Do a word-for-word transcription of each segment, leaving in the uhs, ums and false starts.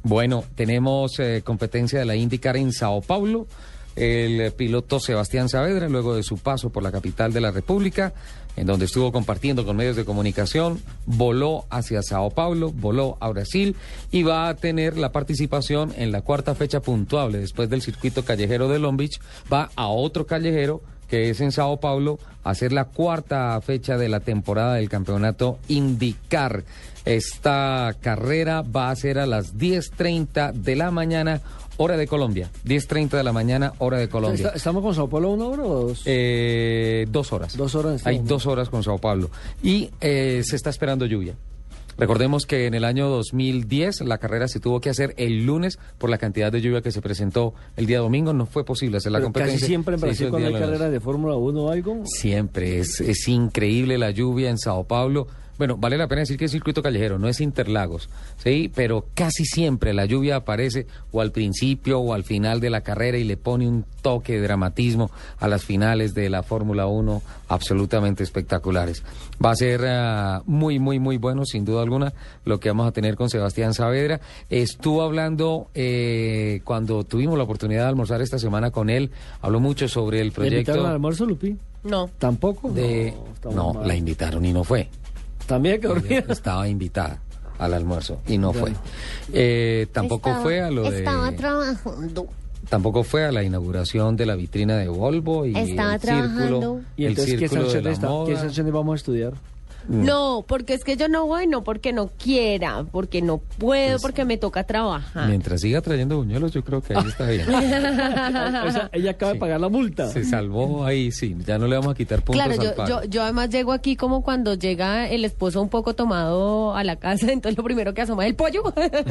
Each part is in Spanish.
Bueno, tenemos eh, competencia de la IndyCar en Sao Paulo. El piloto Sebastián Saavedra, luego de su paso por la capital de la República, en donde estuvo compartiendo con medios de comunicación, voló hacia Sao Paulo, voló a Brasil y va a tener la participación en la cuarta fecha puntuable después del circuito callejero de Long Beach. Va a otro callejero que es en Sao Paulo, a hacer la cuarta fecha de la temporada del campeonato IndyCar. Esta carrera va a ser a las diez treinta de la mañana, hora de Colombia. diez treinta de la mañana, hora de Colombia. ¿Estamos con Sao Paulo una hora o dos? Eh, dos horas. Dos horas. Hay dos horas con Sao Paulo. Y eh, se está esperando lluvia. Recordemos que en el año dos mil diez la carrera se tuvo que hacer el lunes por la cantidad de lluvia que se presentó el día domingo. No fue posible hacer la Pero competencia. Casi siempre en Brasil cuando hay carreras de Fórmula uno o algo. Siempre. Es, es increíble la lluvia en Sao Paulo. Bueno, vale la pena decir que es circuito callejero, no es Interlagos, ¿sí? Pero casi siempre la lluvia aparece o al principio o al final de la carrera y le pone un toque de dramatismo a las finales de la Fórmula uno absolutamente espectaculares. Va a ser uh, muy, muy, muy bueno, sin duda alguna, lo que vamos a tener con Sebastián Saavedra. Estuvo hablando, eh, cuando tuvimos la oportunidad de almorzar esta semana con él, habló mucho sobre el proyecto... ¿Le invitaron al almuerzo, Lupi? No. ¿Tampoco? De... No, no la invitaron y no fue. También que dormía. Estaba invitada al almuerzo y no bueno. fue. Eh, tampoco estaba, fue a lo de... Estaba trabajando. Tampoco fue a la inauguración de la vitrina de Volvo y estaba el trabajando. círculo, ¿Y entonces el qué sanciones ¿qué sanciones vamos a estudiar? No, porque es que yo no voy, no porque no quiera, porque no puedo, pues, porque me toca trabajar. Mientras siga trayendo buñuelos, yo creo que ahí está bien. O sea, ella acaba sí. de pagar la multa. Se salvó ahí, sí, ya no le vamos a quitar puntos claro, al yo, pago. yo, yo además llego aquí como cuando llega el esposo un poco tomado a la casa, entonces lo primero que asoma es el pollo.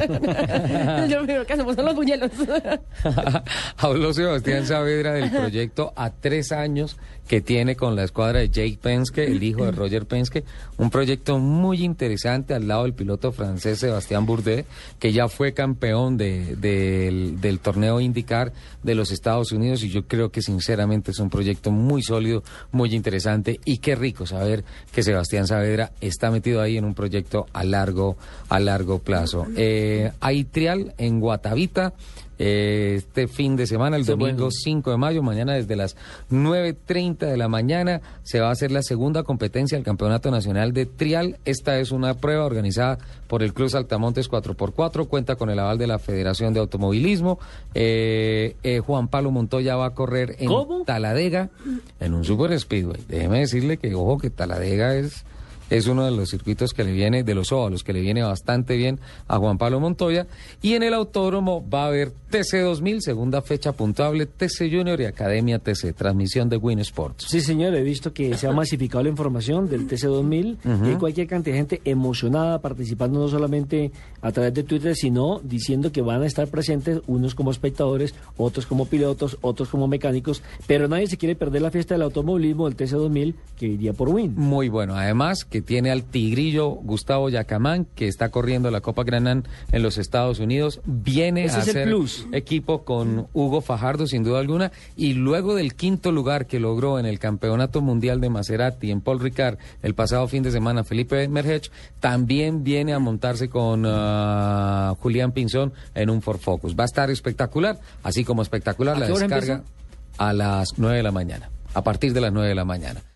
Lo primero que hacemos son los buñuelos. Habló Sebastián Saavedra del proyecto a tres años que tiene con la escuadra de Jake Penske, el hijo de Roger Penske, un proyecto muy interesante al lado del piloto francés Sébastien Bourdais, que ya fue campeón de, de, del, del torneo IndyCar de los Estados Unidos, y yo creo que sinceramente es un proyecto muy sólido, muy interesante, y qué rico saber que Sebastián Saavedra está metido ahí en un proyecto a largo, a largo plazo. Eh, hay trial en Guatavita este fin de semana, el domingo cinco de mayo, mañana desde las nueve treinta de la mañana se va a hacer la segunda competencia del Campeonato Nacional de Trial. Esta es una prueba organizada por el Club Saltamontes cuatro por cuatro, cuenta con el aval de la Federación de Automovilismo. Eh, eh, Juan Pablo Montoya va a correr en ¿Cómo? Taladega, en un Super Speedway. Déjeme decirle que, ojo, que Taladega es... Es uno de los circuitos que le viene, de los óvalos, que le viene bastante bien a Juan Pablo Montoya. Y en el autódromo va a haber T C dos mil, segunda fecha puntuable, T C Junior y Academia T C, transmisión de Win Sports. Sí, señor, he visto que se ha masificado la información del T C dos mil. Uh-huh. Y hay cualquier cantidad de gente emocionada participando, no solamente a través de Twitter, sino diciendo que van a estar presentes unos como espectadores, otros como pilotos, otros como mecánicos. Pero nadie se quiere perder la fiesta del automovilismo del T C dos mil, que iría por Win. Muy bueno, además que tiene al tigrillo Gustavo Yacamán, que está corriendo la Copa Granán en los Estados Unidos, viene Ese a es hacer el plus. Equipo con Hugo Fajardo, sin duda alguna, y luego del quinto lugar que logró en el Campeonato Mundial de Maserati en Paul Ricard el pasado fin de semana, Felipe Merhech, también viene a montarse con uh, Julián Pinzón en un Ford Focus. Va a estar espectacular, así como espectacular la descarga a las nueve de la mañana, a partir de las nueve de la mañana.